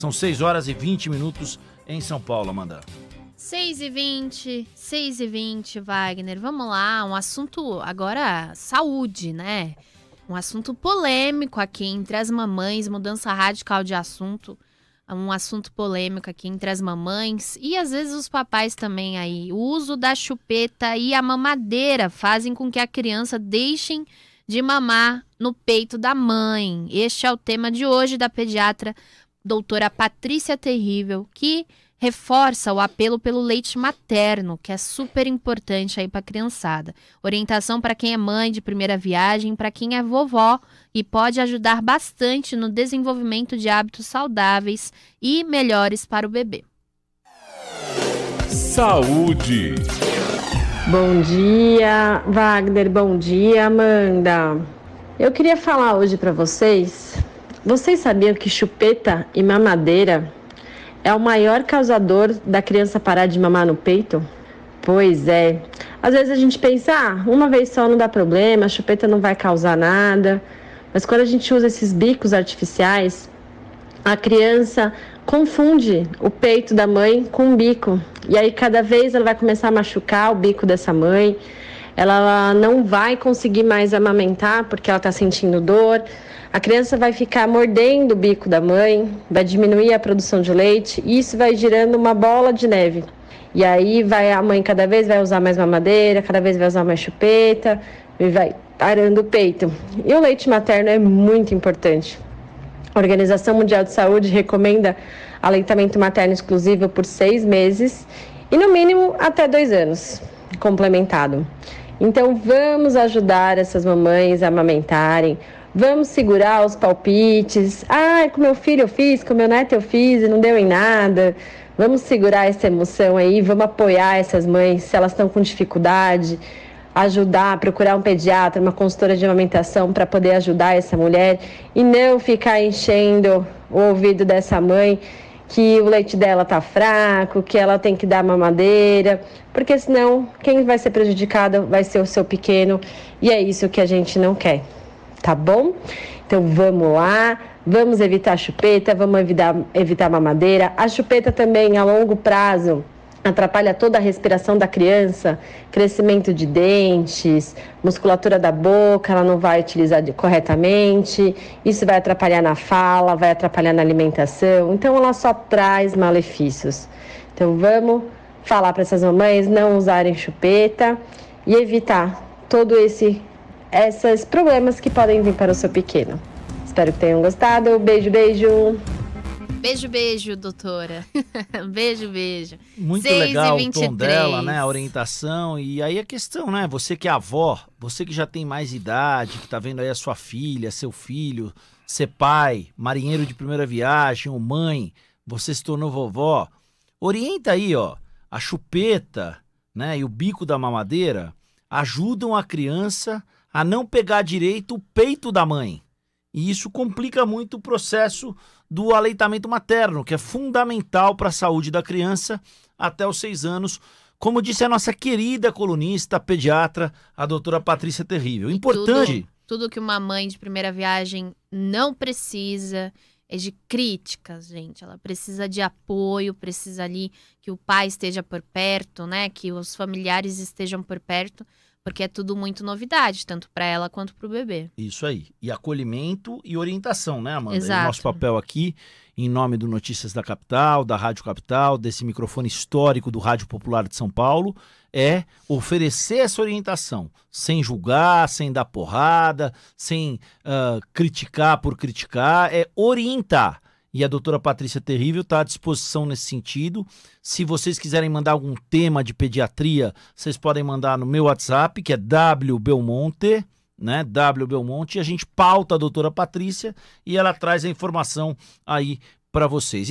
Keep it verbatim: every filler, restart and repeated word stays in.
São seis horas e vinte minutos em São Paulo, Amanda. seis e vinte, seis e vinte, Wagner. Vamos lá, um assunto agora, saúde, né? Um assunto polêmico aqui entre as mamães, mudança radical de assunto. Um assunto polêmico aqui entre as mamães e às vezes os papais também aí. O uso da chupeta e a mamadeira fazem com que a criança deixem de mamar no peito da mãe. Este é o tema de hoje da pediatra doutora Patrícia Terrível, que reforça o apelo pelo leite materno, que é super importante aí para a criançada. Orientação para quem é mãe de primeira viagem, para quem é vovó, e pode ajudar bastante no desenvolvimento de hábitos saudáveis e melhores para o bebê. Saúde. Bom dia, Wagner. Bom dia, Amanda. Eu queria falar hoje para vocês. Vocês sabiam que chupeta e mamadeira é o maior causador da criança parar de mamar no peito? Pois é. Às vezes a gente pensa, ah, uma vez só não dá problema, a chupeta não vai causar nada. Mas quando a gente usa esses bicos artificiais, a criança confunde o peito da mãe com o bico. E aí cada vez ela vai começar a machucar o bico dessa mãe. Ela não vai conseguir mais amamentar porque ela está sentindo dor. A criança vai ficar mordendo o bico da mãe, vai diminuir a produção de leite e isso vai girando uma bola de neve. E aí vai, a mãe cada vez vai usar mais mamadeira, cada vez vai usar mais chupeta e vai parando o peito. E o leite materno é muito importante. A Organização Mundial de Saúde recomenda aleitamento materno exclusivo por seis meses e no mínimo até dois anos, complementado. Então vamos ajudar essas mamães a amamentarem. Vamos segurar os palpites. Ah, com meu filho eu fiz, com meu neto eu fiz e não deu em nada. Vamos segurar essa emoção aí, vamos apoiar essas mães se elas estão com dificuldade, ajudar, procurar um pediatra, uma consultora de amamentação para poder ajudar essa mulher e não ficar enchendo o ouvido dessa mãe que o leite dela tá fraco, que ela tem que dar mamadeira, porque senão quem vai ser prejudicada vai ser o seu pequeno e é isso que a gente não quer. Tá bom? Então vamos lá, vamos evitar a chupeta, vamos evitar, evitar a mamadeira. A chupeta também a longo prazo atrapalha toda a respiração da criança, crescimento de dentes, musculatura da boca, ela não vai utilizar corretamente, isso vai atrapalhar na fala, vai atrapalhar na alimentação, então ela só traz malefícios. Então vamos falar para essas mamães não usarem chupeta e evitar todo esse esses problemas que podem vir para o seu pequeno. Espero que tenham gostado. Beijo, beijo. Beijo, beijo, doutora. Beijo, beijo. Muito legal o tom dela, né? A orientação. E aí a questão, né? Você que é avó, você que já tem mais idade, que tá vendo aí a sua filha, seu filho, ser pai, marinheiro de primeira viagem, ou mãe, você se tornou vovó, orienta aí, ó, a chupeta, né? E o bico da mamadeira ajudam a criança a não pegar direito o peito da mãe. E isso complica muito o processo do aleitamento materno, que é fundamental para a saúde da criança até os seis anos, como disse a nossa querida colunista, pediatra, a doutora Patrícia Terrível. Importante. Tudo, tudo que uma mãe de primeira viagem não precisa é de críticas, gente. Ela precisa de apoio, precisa ali que o pai esteja por perto, né? Que os familiares estejam por perto, porque é tudo muito novidade, tanto para ela quanto para o bebê. Isso aí. E acolhimento e orientação, né, Amanda? Exato. E o nosso papel aqui, em nome do Notícias da Capital, da Rádio Capital, desse microfone histórico do Rádio Popular de São Paulo, é oferecer essa orientação, sem julgar, sem dar porrada, sem uh, criticar por criticar, é orientar. E a doutora Patrícia Terrível está à disposição nesse sentido. Se vocês quiserem mandar algum tema de pediatria, vocês podem mandar no meu WhatsApp, que é W Belmonte, né? W Belmonte, e a gente pauta a doutora Patrícia e ela traz a informação aí para vocês.